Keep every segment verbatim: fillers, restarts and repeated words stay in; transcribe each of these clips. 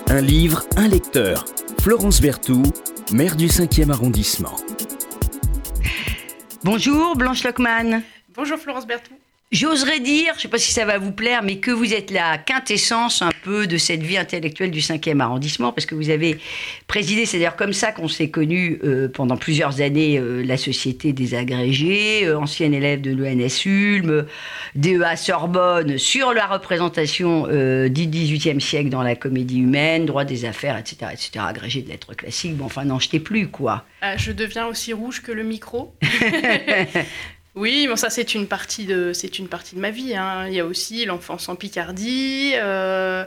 Un livre, un lecteur. Florence Berthoud, maire du cinquième arrondissement. Bonjour Blanche Lockman. Bonjour Florence Berthoud. J'oserais dire, je ne sais pas si ça va vous plaire, mais que vous êtes la quintessence un peu de cette vie intellectuelle du cinquième arrondissement, parce que vous avez présidé, c'est d'ailleurs comme ça qu'on s'est connus euh, pendant plusieurs années, euh, la Société des agrégés, euh, ancienne élève de l'E N S Ulm, D E A Sorbonne, sur la représentation euh, du dix-huitième siècle dans la comédie humaine, droit des affaires, et cetera, et cetera, agrégé de lettres classiques. Bon, enfin, n'en jetez plus, quoi. Ah, je deviens aussi rouge que le micro. Oui, bon, ça c'est une partie de, c'est une partie de ma vie. Hein. Il y a aussi l'enfance en Picardie, euh,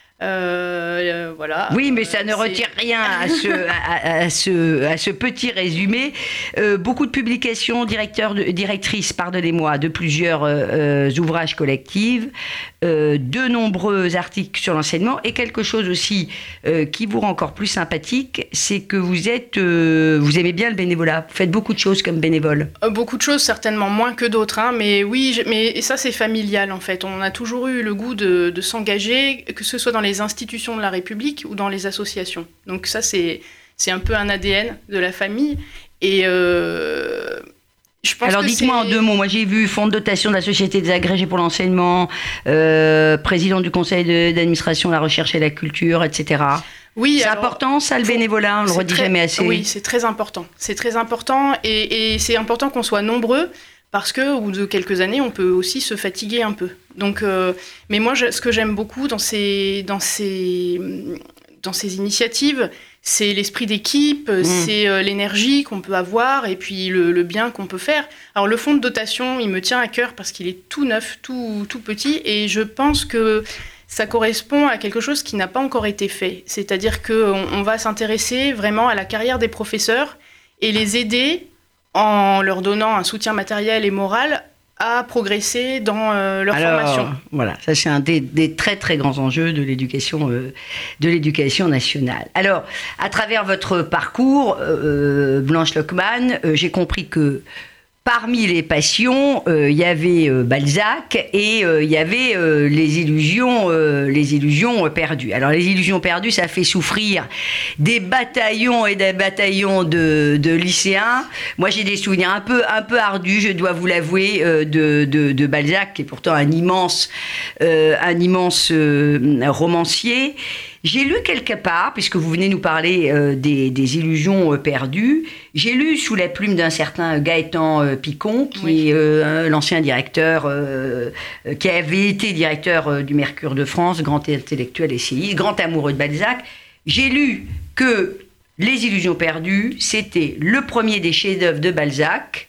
euh, voilà. Oui, mais ça euh, ne c'est... retire rien à ce, à, à ce, à ce petit résumé. Euh, beaucoup de publications, directeurs de, directrices, pardonnez-moi, de plusieurs euh, ouvrages collectifs, euh, de nombreux articles sur l'enseignement, et quelque chose aussi euh, qui vous rend encore plus sympathique, c'est que vous êtes, euh, vous aimez bien le bénévolat. Vous faites beaucoup de choses comme bénévole. Euh, beaucoup de choses, certainement moins que d'autres, hein, mais oui, je, mais ça c'est familial en fait. On a toujours eu le goût de, de s'engager, que ce soit dans les institutions de la République ou dans les associations. Donc ça c'est, c'est un peu un A D N de la famille. Et euh, je pense Alors que dites-moi c'est... en deux mots. Moi j'ai vu fonds de dotation de la Société des agrégés pour l'enseignement, euh, président du conseil de, d'administration, la recherche et la culture, et cetera. Oui, c'est alors, important ça, le bénévolat, on le redit très, jamais assez. Oui, c'est très important. C'est très important et, et c'est important qu'on soit nombreux parce qu'au bout de quelques années, on peut aussi se fatiguer un peu. Donc, euh, mais moi, je, ce que j'aime beaucoup dans ces, dans ces, dans ces initiatives, c'est l'esprit d'équipe, mmh. c'est euh, l'énergie qu'on peut avoir et puis le, le bien qu'on peut faire. Alors le fonds de dotation, il me tient à cœur parce qu'il est tout neuf, tout, tout petit et je pense que ça correspond à quelque chose qui n'a pas encore été fait. C'est-à-dire qu'on on va s'intéresser vraiment à la carrière des professeurs et les aider en leur donnant un soutien matériel et moral à progresser dans euh, leur Alors, formation. Voilà, ça c'est un des, des très très grands enjeux de l'éducation, euh, de l'éducation nationale. Alors, à travers votre parcours, euh, Blanche Lockman, euh, j'ai compris que parmi les passions, il euh, y avait euh, Balzac et il euh, y avait euh, les illusions, euh, les illusions euh, perdues. Alors les illusions perdues, ça fait souffrir des bataillons et des bataillons de, de lycéens. Moi, j'ai des souvenirs un peu, un peu ardus, je dois vous l'avouer, euh, de, de, de Balzac, qui est pourtant un immense, euh, un immense euh, romancier. J'ai lu quelque part, puisque vous venez nous parler euh, des, des illusions euh, perdues, j'ai lu sous la plume d'un certain Gaëtan euh, Picon, qui oui. est euh, l'ancien directeur, euh, euh, qui avait été directeur euh, du Mercure de France, grand intellectuel essayiste, grand amoureux de Balzac. J'ai lu que Les illusions perdues, c'était le premier des chefs-d'œuvre de Balzac,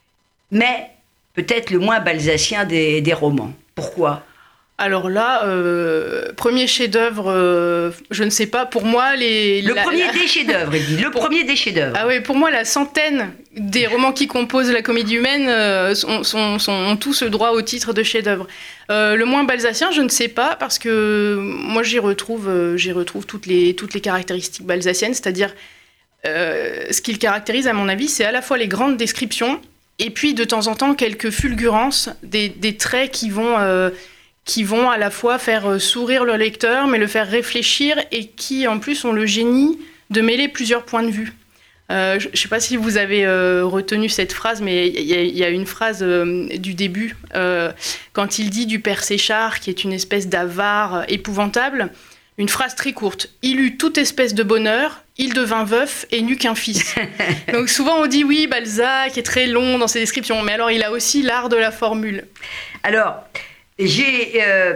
mais peut-être le moins balzacien des, des romans. Pourquoi ? Alors là, euh, premier chef-d'œuvre, euh, je ne sais pas, pour moi... les Le la, premier la... des chefs-d'œuvre, il dit, le pour... premier des chefs-d'œuvre. Ah oui, pour moi, la centaine des romans qui composent la comédie humaine euh, sont, sont, sont, ont tous le droit au titre de chef-d'œuvre. Euh, le moins balzacien, je ne sais pas, parce que moi, j'y retrouve, euh, j'y retrouve toutes, les, toutes les caractéristiques balzaciennes, c'est-à-dire, euh, ce qui le caractérise, à mon avis, c'est à la fois les grandes descriptions, et puis, de temps en temps, quelques fulgurances, des, des traits qui vont... Euh, qui vont à la fois faire sourire le lecteur, mais le faire réfléchir, et qui, en plus, ont le génie de mêler plusieurs points de vue. Euh, je ne sais pas si vous avez euh, retenu cette phrase, mais il y, y a une phrase euh, du début, euh, quand il dit du père Séchard, qui est une espèce d'avare épouvantable, une phrase très courte. « Il eut toute espèce de bonheur, il devint veuf et n'eut qu'un fils. » Donc souvent on dit oui, Balzac est très long dans ses descriptions, mais alors il a aussi l'art de la formule. Alors... J'ai euh,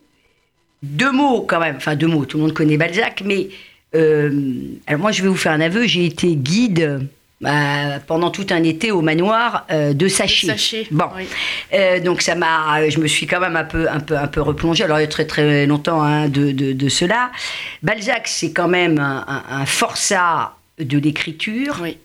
deux mots quand même, enfin deux mots, tout le monde connaît Balzac, mais euh, alors moi je vais vous faire un aveu, j'ai été guide euh, pendant tout un été au manoir euh, de Saché. Saché. Bon, oui. euh, donc ça m'a, je me suis quand même un peu, un peu, un peu replongée. Alors il y a très très longtemps hein, de, de, de cela. Balzac, c'est quand même un, un, un forçat de l'écriture. Oui.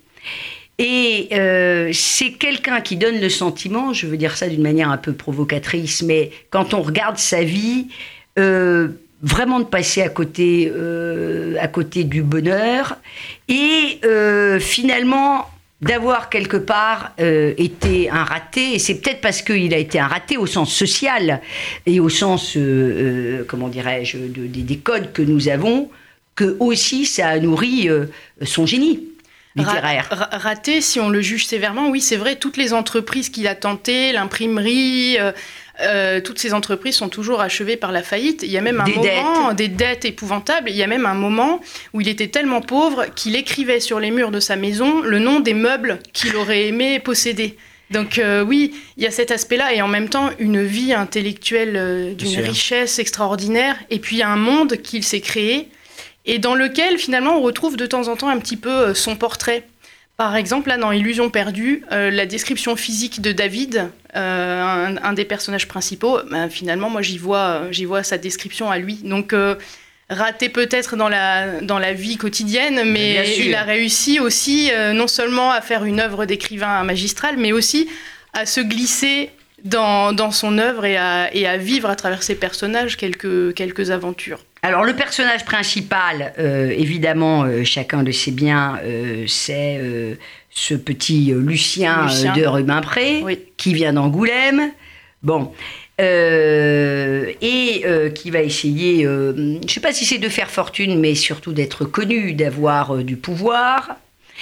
Et euh, c'est quelqu'un qui donne le sentiment, je veux dire ça d'une manière un peu provocatrice, mais quand on regarde sa vie, euh, vraiment de passer à côté, euh, à côté du bonheur, et euh, finalement d'avoir quelque part euh, été un raté, et c'est peut-être parce qu'il a été un raté au sens social, et au sens, euh, euh, comment dirais-je, de, de, des codes que nous avons, que aussi ça a nourri euh, son génie littéraire. Ra- ra- raté, si on le juge sévèrement, oui, c'est vrai, toutes les entreprises qu'il a tentées, l'imprimerie, euh, euh, toutes ces entreprises sont toujours achevées par la faillite. Il y a même un Des moment, dettes. des dettes épouvantables, il y a même un moment où il était tellement pauvre qu'il écrivait sur les murs de sa maison le nom des meubles qu'il aurait aimé posséder. Donc euh, oui, il y a cet aspect-là, et en même temps, une vie intellectuelle euh, d'une sûr. richesse extraordinaire, et puis un monde qu'il s'est créé, et dans lequel, finalement, on retrouve de temps en temps un petit peu euh, son portrait. Par exemple, là, dans Illusion perdue, euh, la description physique de David, euh, un, un des personnages principaux, ben, finalement, moi, j'y vois, j'y vois sa description à lui. Donc, euh, raté peut-être dans la, dans la vie quotidienne, mais Bien sûr. il a réussi aussi euh, non seulement à faire une œuvre d'écrivain magistral, mais aussi à se glisser dans, dans son œuvre et à, et à vivre à travers ses personnages quelques, quelques aventures. Alors le personnage principal, euh, évidemment, euh, chacun le sait bien, euh, c'est euh, ce petit euh, Lucien, Lucien. euh, de Rubempré, Oui. qui vient d'Angoulême, bon, euh, et euh, qui va essayer, euh, je ne sais pas si c'est de faire fortune, mais surtout d'être connu, d'avoir euh, du pouvoir.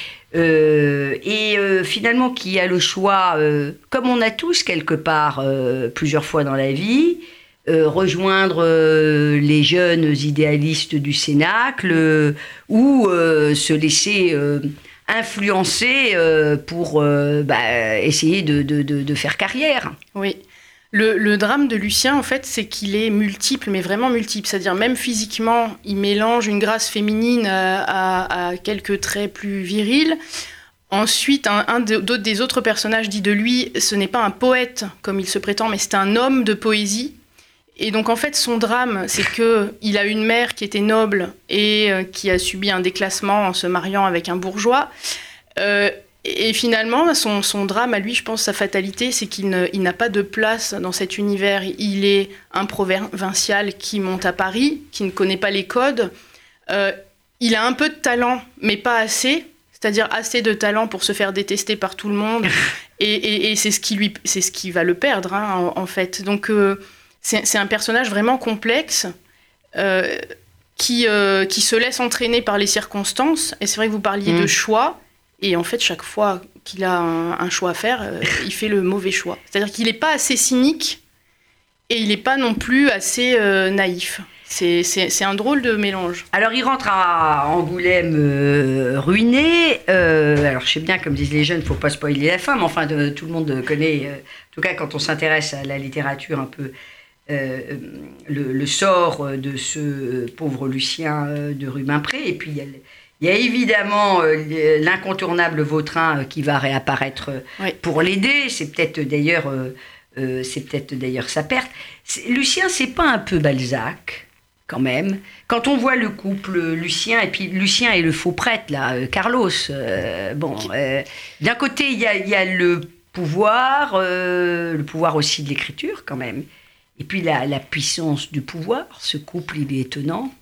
Euh, et euh, finalement qui a le choix, euh, comme on a tous quelque part euh, plusieurs fois dans la vie, euh, rejoindre euh, les jeunes idéalistes du Cénacle euh, ou euh, se laisser euh, influencer euh, pour euh, bah, essayer de, de, de, de faire carrière. Oui. Le, le drame de Lucien, en fait, c'est qu'il est multiple, mais vraiment multiple. C'est-à-dire, même physiquement, il mélange une grâce féminine à, à, à quelques traits plus virils. Ensuite, un, un de, d'autres, des autres personnages dit de lui, ce n'est pas un poète, comme il se prétend, mais c'est un homme de poésie. Et donc, en fait, son drame, c'est qu'il a une mère qui était noble et euh, qui a subi un déclassement en se mariant avec un bourgeois. Euh, Et finalement, son, son drame à lui, je pense, sa fatalité, c'est qu'il ne, il n'a pas de place dans cet univers. Il est un provincial qui monte à Paris, qui ne connaît pas les codes. Euh, il a un peu de talent, mais pas assez. C'est-à-dire assez de talent pour se faire détester par tout le monde. Et, et, et c'est, ce qui lui, c'est ce qui va le perdre, hein, en, en fait. Donc, euh, c'est, c'est un personnage vraiment complexe. Euh, qui, euh, qui se laisse entraîner par les circonstances. Et c'est vrai que vous parliez Mmh. de choix. Et en fait, chaque fois qu'il a un, un choix à faire, euh, il fait le mauvais choix. C'est-à-dire qu'il n'est pas assez cynique et il n'est pas non plus assez euh, naïf. C'est, c'est, c'est un drôle de mélange. Alors il rentre à Angoulême euh, ruiné. Euh, alors je sais bien, comme disent les jeunes, il ne faut pas spoiler la fin, mais enfin de, tout le monde connaît, euh, en tout cas quand on s'intéresse à la littérature un peu, euh, le, le sort de ce pauvre Lucien euh, de Rubempré. Et puis il y a, il y a évidemment euh, l'incontournable Vautrin euh, qui va réapparaître euh, Oui. pour l'aider. C'est peut-être d'ailleurs, euh, euh, c'est peut-être d'ailleurs sa perte. C'est, Lucien, c'est pas un peu Balzac quand même. Quand on voit le couple Lucien, et puis Lucien et le faux prêtre, là, euh, Carlos, euh, bon, euh, d'un côté, il y a, il y a le pouvoir, euh, le pouvoir aussi de l'écriture, quand même, et puis la, la puissance du pouvoir. Ce couple, il est étonnant.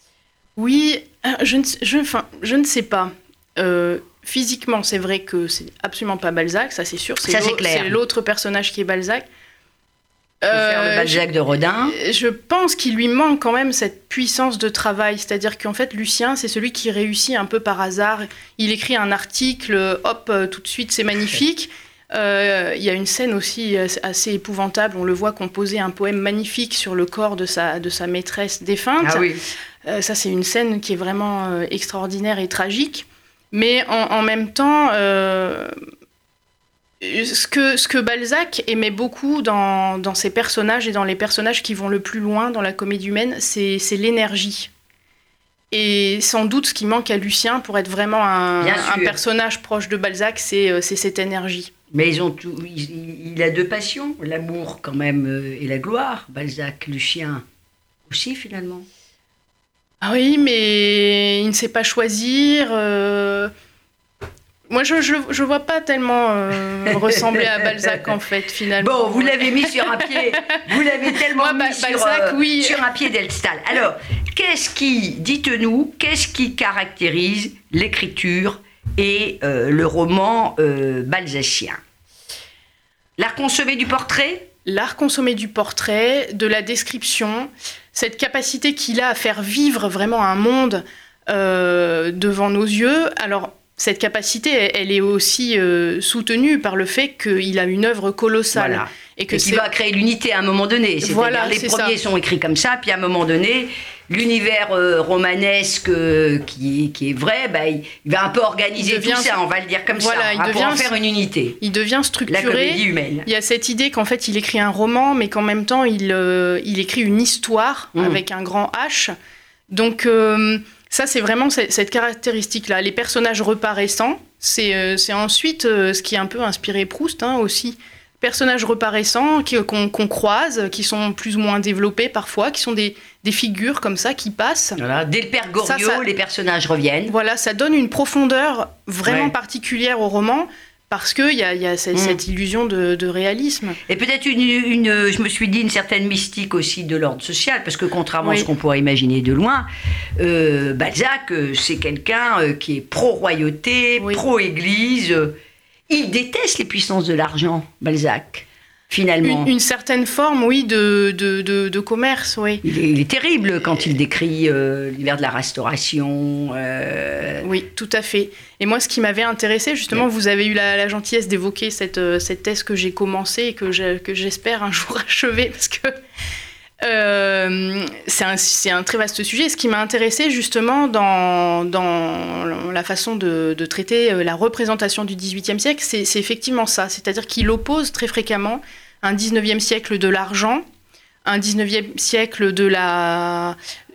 Oui, je ne, je, enfin, je ne sais pas. Euh, physiquement, c'est vrai que c'est absolument pas Balzac, ça c'est sûr. C'est, Ça, c'est l'au- clair. c'est l'autre personnage qui est Balzac. Faut faire le Euh, Balzac de Rodin. Je pense qu'il lui manque quand même cette puissance de travail. C'est-à-dire qu'en fait, Lucien, c'est celui qui réussit un peu par hasard. Il écrit un article, hop, euh, tout de suite, c'est magnifique. Euh, Il y a une scène aussi euh, assez épouvantable. On le voit composer un poème magnifique sur le corps de sa, de sa maîtresse défunte. Ah oui. Euh, ça, c'est une scène qui est vraiment euh, extraordinaire et tragique. Mais en, en même temps... euh, Ce que, ce que Balzac aimait beaucoup dans, dans ses personnages et dans les personnages qui vont le plus loin dans la comédie humaine, c'est, c'est l'énergie. Et sans doute ce qui manque à Lucien pour être vraiment un, Bien un sûr. personnage proche de Balzac, c'est, euh, c'est cette énergie. Mais ils ont tout, il, il a deux passions, l'amour quand même euh, et la gloire. Balzac, Lucien aussi finalement. Ah oui, mais il ne sait pas choisir. euh, Moi, je ne je vois pas tellement euh, ressembler à Balzac, en fait, finalement. Bon, vous l'avez mis sur un pied, vous l'avez tellement Moi, mis Ba- sur, Balzac, euh, oui. sur un piédestal. Alors, qu'est-ce qui, dites-nous, qu'est-ce qui caractérise l'écriture et euh, le roman euh, balzacien? L'art consommé du portrait? L'art consommé du portrait, de la description, cette capacité qu'il a à faire vivre vraiment un monde euh, devant nos yeux. Alors, cette capacité, elle est aussi euh, soutenue par le fait qu'il a une œuvre colossale. Voilà. Et que et qu'il va créer l'unité à un moment donné. C'est-à-dire voilà, les c'est premiers ça. sont écrits comme ça, puis à un moment donné, l'univers euh, romanesque euh, qui, qui est vrai, bah, il, il va un peu organiser devient, tout ça, on va le dire comme voilà, ça, il hein, devient, pour en faire une unité. Il devient structuré. La comédie humaine. Il y a cette idée qu'en fait, il écrit un roman, mais qu'en même temps, il, euh, il écrit une histoire mmh. avec un grand H. Donc, euh, ça, c'est vraiment cette, cette caractéristique-là. Les personnages reparaissants, c'est, euh, c'est ensuite euh, ce qui a un peu inspiré Proust hein, aussi. Personnages reparaissants qui, qu'on, qu'on croise, qui sont plus ou moins développés parfois, qui sont des, des figures comme ça qui passent. Voilà. Dès le père Goriot, ça, ça, les personnages reviennent. Voilà, ça donne une profondeur vraiment ouais. particulière au roman parce qu'il y a, y a cette, mmh. cette illusion de, de réalisme. Et peut-être une, une, je me suis dit, une certaine mystique aussi de l'ordre social, parce que contrairement oui. à ce qu'on pourrait imaginer de loin, euh, Balzac, c'est quelqu'un qui est pro-royauté, oui. pro-église. Il déteste les puissances de l'argent, Balzac, finalement. Une, une certaine forme, oui, de, de, de, de commerce, oui. Il est, il est terrible quand il décrit euh, l'hiver de la Restauration. Euh... Oui, tout à fait. Et moi, ce qui m'avait intéressé, justement, oui. vous avez eu la, la gentillesse d'évoquer cette, cette thèse que j'ai commencée et que, je, que j'espère un jour achever, parce que euh, c'est, un, c'est un très vaste sujet. Ce qui m'a intéressé, justement, dans, dans la façon de, de traiter la représentation du dix-huitième siècle, c'est, c'est effectivement ça. C'est-à-dire qu'il oppose très fréquemment un dix-neuvième siècle de l'argent, un dix-neuvième siècle de la,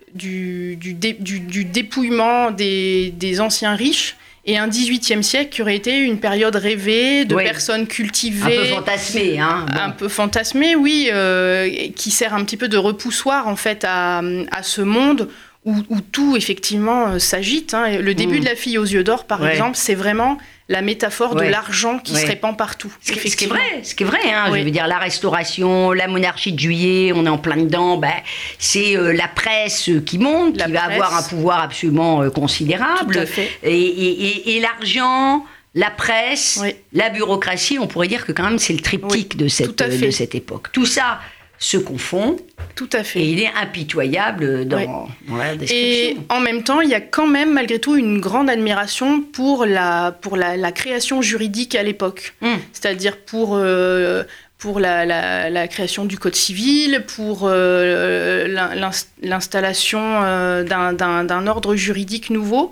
du, du, dé, du, du dépouillement des, des anciens riches, et un dix-huitième siècle qui aurait été une période rêvée, de oui. personnes cultivées. Un peu fantasmée, hein. Bon. Un peu fantasmée, oui, euh, qui sert un petit peu de repoussoir, en fait, à, à ce monde où, où tout, effectivement, s'agite. Hein. Le début mmh. de La fille aux yeux d'or, par ouais. exemple, c'est vraiment la métaphore ouais. de l'argent qui ouais. se répand partout. Ce qui, ce qui est vrai, ce qui est vrai, hein. Oui. Je veux dire, la Restauration, la monarchie de Juillet, on est en plein dedans. Ben, c'est euh, la presse qui monte, la qui presse. va avoir un pouvoir absolument euh, considérable. Tout à fait. Et, et, et, et l'argent, la presse, oui. la bureaucratie, on pourrait dire que quand même c'est le triptyque oui. de, cette, euh, de cette époque. Tout ça se confond. Tout à fait. Et il est impitoyable dans, ouais. dans la description. Et en même temps, il y a quand même, malgré tout, une grande admiration pour la, pour la, la création juridique à l'époque. Mm. C'est-à-dire pour, euh, pour la, la, la création du Code civil, pour euh, l'installation euh, d'un, d'un, d'un ordre juridique nouveau.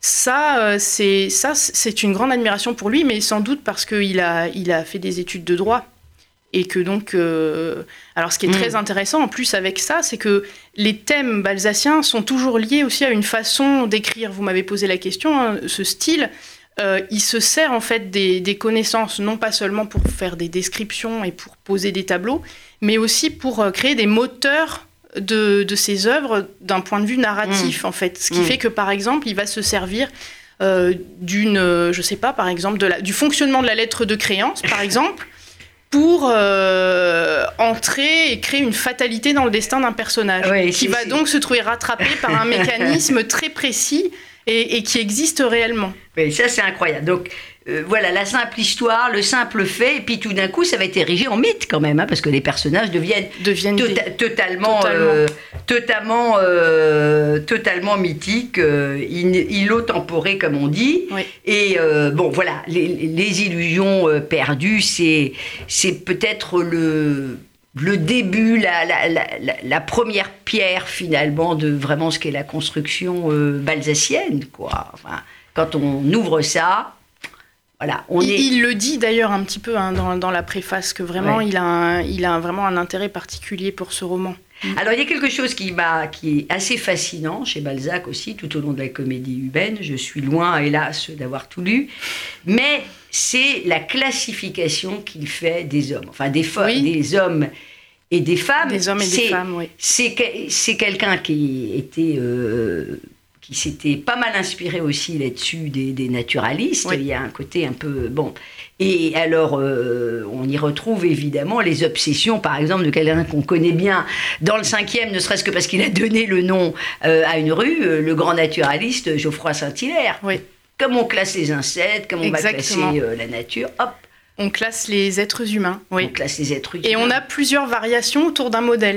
Ça, euh, c'est, ça, c'est une grande admiration pour lui, mais sans doute parce qu'il a, il a fait des études de droit. Et que donc, euh, alors ce qui est très mmh. intéressant en plus avec ça, c'est que les thèmes balzaciens sont toujours liés aussi à une façon d'écrire. Vous m'avez posé la question, hein, ce style, euh, il se sert en fait des, des connaissances, non pas seulement pour faire des descriptions et pour poser des tableaux, mais aussi pour euh, créer des moteurs de, de ses œuvres d'un point de vue narratif, mmh. en fait. Ce qui mmh. fait que, par exemple, il va se servir euh, d'une, euh, je sais pas, par exemple, de la, du fonctionnement de la lettre de créance, par exemple, pour euh, entrer et créer une fatalité dans le destin d'un personnage, oui, qui si, va si. donc se trouver rattrapé par un mécanisme très précis et, et qui existe réellement. Oui, ça c'est incroyable. Donc euh, voilà, la simple histoire, le simple fait, et puis tout d'un coup ça va être érigé en mythe quand même, hein, parce que les personnages deviennent, deviennent tota- des... totalement, totalement, euh, totalement, euh, totalement mythiques, euh, illotemporés comme on dit. Oui. Et euh, bon voilà, les, les illusions euh, perdues, c'est, c'est peut-être le... le début, la, la, la, la première pierre finalement de vraiment ce qu'est la construction euh, balzacienne, quoi. Enfin, quand on ouvre ça, voilà, on il, est... il le dit d'ailleurs un petit peu hein, dans, dans la préface, que vraiment ouais. il, a un, il a vraiment un intérêt particulier pour ce roman. Alors il y a quelque chose qui, m'a, qui est assez fascinant chez Balzac aussi, tout au long de la comédie humaine. Je suis loin, hélas, d'avoir tout lu, mais c'est la classification qu'il fait des hommes, enfin des, fo- oui. des hommes et des femmes. Des hommes et c'est, des femmes, oui. C'est, c'est quelqu'un qui était... Euh, qui s'était pas mal inspiré aussi là-dessus des, des naturalistes. Oui. Il y a un côté un peu... Bon. Et alors, euh, on y retrouve évidemment les obsessions, par exemple, de quelqu'un qu'on connaît bien dans le cinquième, ne serait-ce que parce qu'il a donné le nom euh, à une rue, euh, le grand naturaliste Geoffroy Saint-Hilaire. Oui. Comme on classe les insectes, comme on Exactement. va classer euh, la nature, hop. On classe les êtres humains, oui. On classe les êtres humains. Et on a plusieurs variations autour d'un modèle.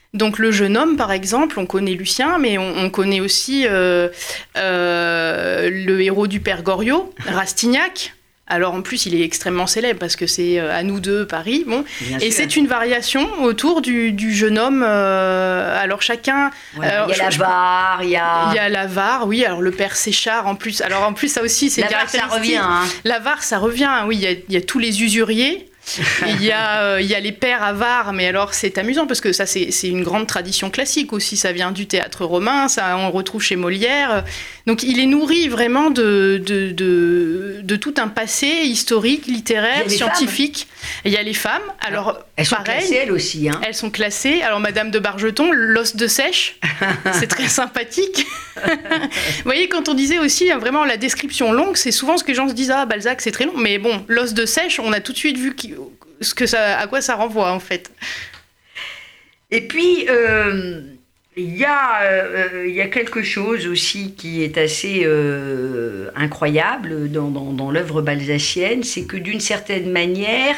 Donc le jeune homme, par exemple, on connaît Lucien, mais on, on connaît aussi euh, euh, le héros du Père Goriot, Rastignac. Alors en plus, il est extrêmement célèbre parce que c'est euh, À nous deux, Paris. Bon. Et c'est une variation autour du, du jeune homme. Euh, alors chacun... Ouais, il y a l'avare, il y a... Il y a l'avare, oui. Alors le père Séchard, en plus. Alors en plus, ça aussi, c'est l'avare, ça revient. Hein. L'avare, ça revient, oui. Il y a, il y a tous les usuriers. Il y, a, euh, il y a les pères avares, mais alors c'est amusant parce que ça c'est, c'est une grande tradition classique aussi, ça vient du théâtre romain, ça on retrouve chez Molière. Donc il est nourri vraiment de, de, de, de tout un passé historique, littéraire, scientifique. Et il y a les femmes, alors, alors elles pareil, sont classées elles aussi. Hein. Elles sont classées, alors Madame de Bargeton, l'os de sèche, c'est très sympathique. Vous voyez, quand on disait aussi hein, vraiment la description longue, c'est souvent ce que les gens se disent, ah Balzac c'est très long, mais bon, l'os de sèche, on a tout de suite vu qui, ce que ça, à quoi ça renvoie en fait. Et puis euh, il y a euh, il y a quelque chose aussi qui est assez euh, incroyable dans, dans, dans l'œuvre balzacienne, c'est que d'une certaine manière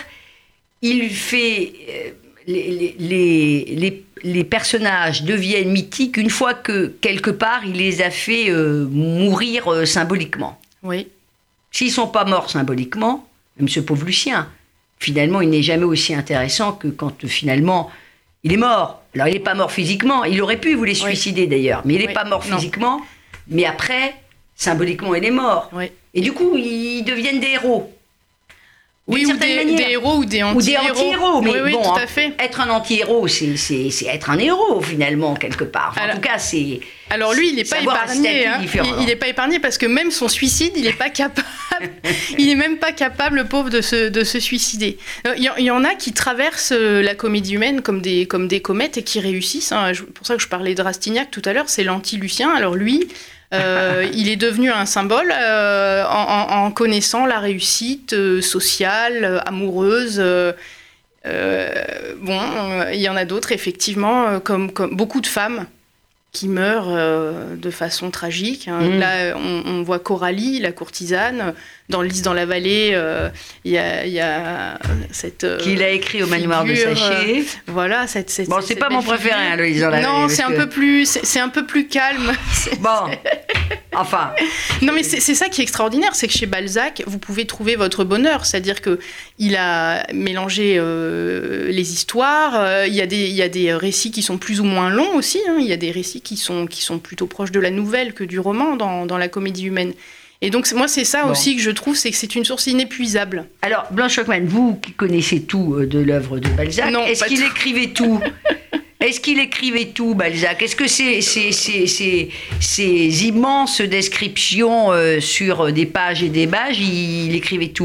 il fait euh, les, les, les, les personnages deviennent mythiques une fois que quelque part il les a fait euh, mourir euh, symboliquement. Oui. S'ils sont pas morts symboliquement, même ce pauvre Lucien, finalement, il n'est jamais aussi intéressant que quand, finalement, il est mort. Alors, il n'est pas mort physiquement. Il aurait pu voulait suicider, oui. d'ailleurs. Mais il n'est oui. pas mort physiquement. Non. Mais après, symboliquement, il est mort. Oui. Et du coup, ils deviennent des héros. Oui, ou des, des héros ou des anti-héros. Ou des anti-héros. Mais oui, oui, bon, tout à fait. Être un anti-héros, c'est, c'est, c'est être un héros, finalement, quelque part. Enfin, alors, en tout cas, c'est... Alors lui, il n'est pas épargné. Hein. Il n'est pas épargné parce que même son suicide, il n'est pas capable. il n'est même pas capable, le pauvre, de se, de se suicider. Il y, il y en a qui traversent la comédie humaine comme des, comme des comètes et qui réussissent. Hein. C'est pour ça que je parlais de Rastignac tout à l'heure, c'est l'anti-Lucien. Alors lui... Euh, il est devenu un symbole euh, en, en connaissant la réussite euh, sociale, euh, amoureuse. Euh, euh, bon, euh, il y en a d'autres, effectivement, euh, comme, comme beaucoup de femmes qui meurent euh, de façon tragique. Hein. Mmh. Là, on, on voit Coralie, la courtisane. Dans Lys dans la vallée, il euh, y, y a cette euh, qu'il a écrit au manoir de Saché. Euh, voilà, cette, cette bon, c'est cette pas mon préféré, hein, le Lys dans la vallée. Non, c'est un que... peu plus, c'est, c'est un peu plus calme. Bon, enfin. Non, mais c'est, c'est ça qui est extraordinaire, c'est que chez Balzac, vous pouvez trouver votre bonheur, c'est-à-dire que il a mélangé euh, les histoires. Il euh, y a des, il y a des récits qui sont plus ou moins longs aussi. Il hein, y a des récits qui sont qui sont plutôt proches de la nouvelle que du roman dans dans la comédie humaine. Et donc, moi, c'est ça bon. aussi que je trouve, c'est que c'est une source inépuisable. Alors, Blanche Lockman, vous qui connaissez tout de l'œuvre de Balzac, non, est-ce qu'il tout. écrivait tout Est-ce qu'il écrivait tout, Balzac ? Est-ce que ces, ces, ces, ces, ces immenses descriptions euh, sur des pages et des pages, il, il écrivait tout ?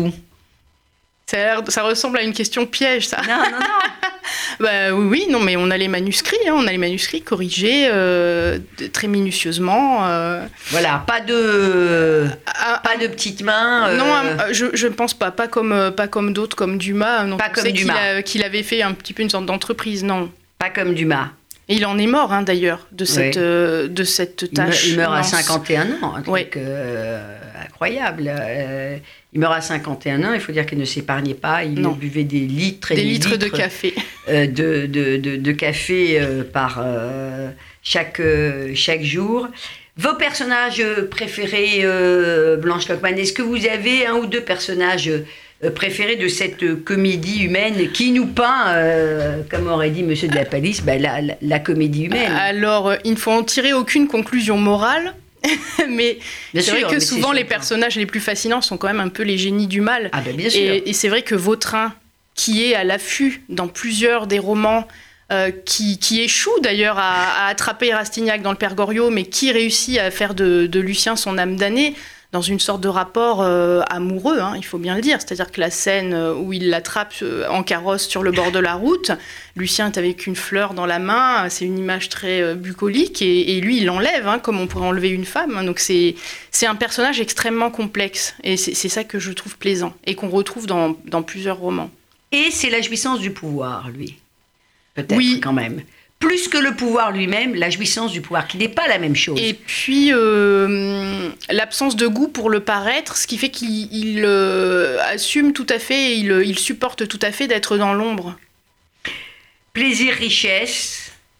Ça, ça ressemble à une question piège, ça. Non, non, non. Bah, oui, oui, non, mais on a les manuscrits, hein, on a les manuscrits corrigés euh, de, très minutieusement. Euh... Voilà, pas de, ah, pas de petites mains. Euh... Non, je ne pense pas, pas comme, pas comme d'autres, comme Dumas. Non, pas comme Dumas. Qu'il, a, qu'il avait fait un petit peu une sorte d'entreprise, non. Pas comme Dumas. Et il en est mort, hein, d'ailleurs, de cette, oui. euh, de cette tâche. Il meurt, il meurt à lance. cinquante et un ans, un truc oui. euh, incroyable. Euh, il meurt à cinquante et un ans, il faut dire qu'il ne s'épargnait pas, il non. buvait des litres et des, des litres, litres de café, euh, de, de, de, de café euh, par euh, chaque, euh, chaque jour. Vos personnages préférés, euh, Blanche Lockman, est-ce que vous avez un ou deux personnages préférés de cette comédie humaine qui nous peint, euh, comme aurait dit Monsieur de la Palisse, bah, la, la, la comédie humaine ? Alors, il ne faut en tirer aucune conclusion morale. mais bien c'est sûr, vrai que souvent les personnages les plus fascinants sont quand même un peu les génies du mal. Ah ben bien sûr. Et, et c'est vrai que Vautrin, qui est à l'affût dans plusieurs des romans, euh, qui, qui échoue d'ailleurs à, à attraper Rastignac dans le Père Goriot, mais qui réussit à faire de, de Lucien son âme damnée, dans une sorte de rapport euh, amoureux, hein, il faut bien le dire. C'est-à-dire que la scène où il l'attrape euh, en carrosse sur le bord de la route, Lucien est avec une fleur dans la main, c'est une image très euh, bucolique, et, et lui, il l'enlève, hein, comme on pourrait enlever une femme. Hein, donc c'est, c'est un personnage extrêmement complexe, et c'est, c'est ça que je trouve plaisant, et qu'on retrouve dans, dans plusieurs romans. Et c'est la jouissance du pouvoir, lui. Peut-être, oui. quand même. Plus que le pouvoir lui-même, la jouissance du pouvoir, qui n'est pas la même chose. Et puis, euh, l'absence de goût pour le paraître, ce qui fait qu'il il, euh, assume tout à fait, il, il supporte tout à fait d'être dans l'ombre. Plaisir, richesse,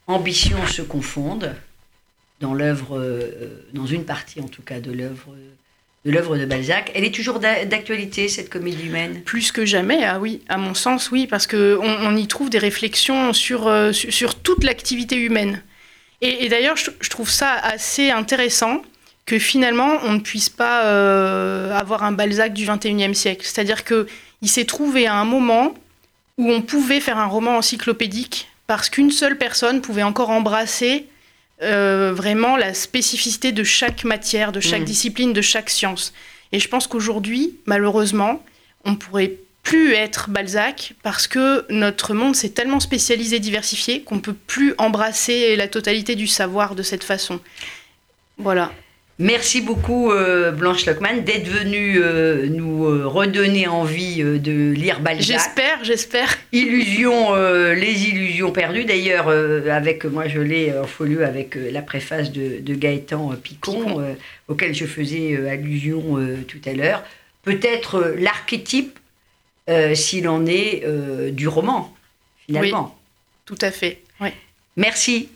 ambitions se confondent dans l'œuvre, euh, dans une partie en tout cas de l'œuvre, de l'œuvre de Balzac. Elle est toujours d'a- d'actualité, cette comédie humaine ? Plus que jamais, ah oui, à mon sens, oui, parce qu'on on y trouve des réflexions sur, euh, sur, sur toute l'activité humaine. Et, et d'ailleurs, je, je trouve ça assez intéressant que finalement, on ne puisse pas euh, avoir un Balzac du vingt et unième siècle. C'est-à-dire qu'il s'est trouvé à un moment où on pouvait faire un roman encyclopédique parce qu'une seule personne pouvait encore embrasser euh, vraiment la spécificité de chaque matière, de chaque mmh. discipline, de chaque science. Et je pense qu'aujourd'hui, malheureusement, on ne pourrait plus être Balzac parce que notre monde s'est tellement spécialisé, diversifié, qu'on ne peut plus embrasser la totalité du savoir de cette façon. Voilà. Merci beaucoup euh, Blanche Lockman d'être venue euh, nous euh, redonner envie euh, de lire Balzac. J'espère, j'espère. Illusions, euh, les illusions perdues. D'ailleurs, euh, avec moi je l'ai en folio avec euh, la préface de, de Gaëtan euh, Picon, Picon. Euh, auquel je faisais euh, allusion euh, tout à l'heure. Peut-être euh, l'archétype, euh, s'il en est, euh, du roman, finalement. Oui, tout à fait. Oui. Merci.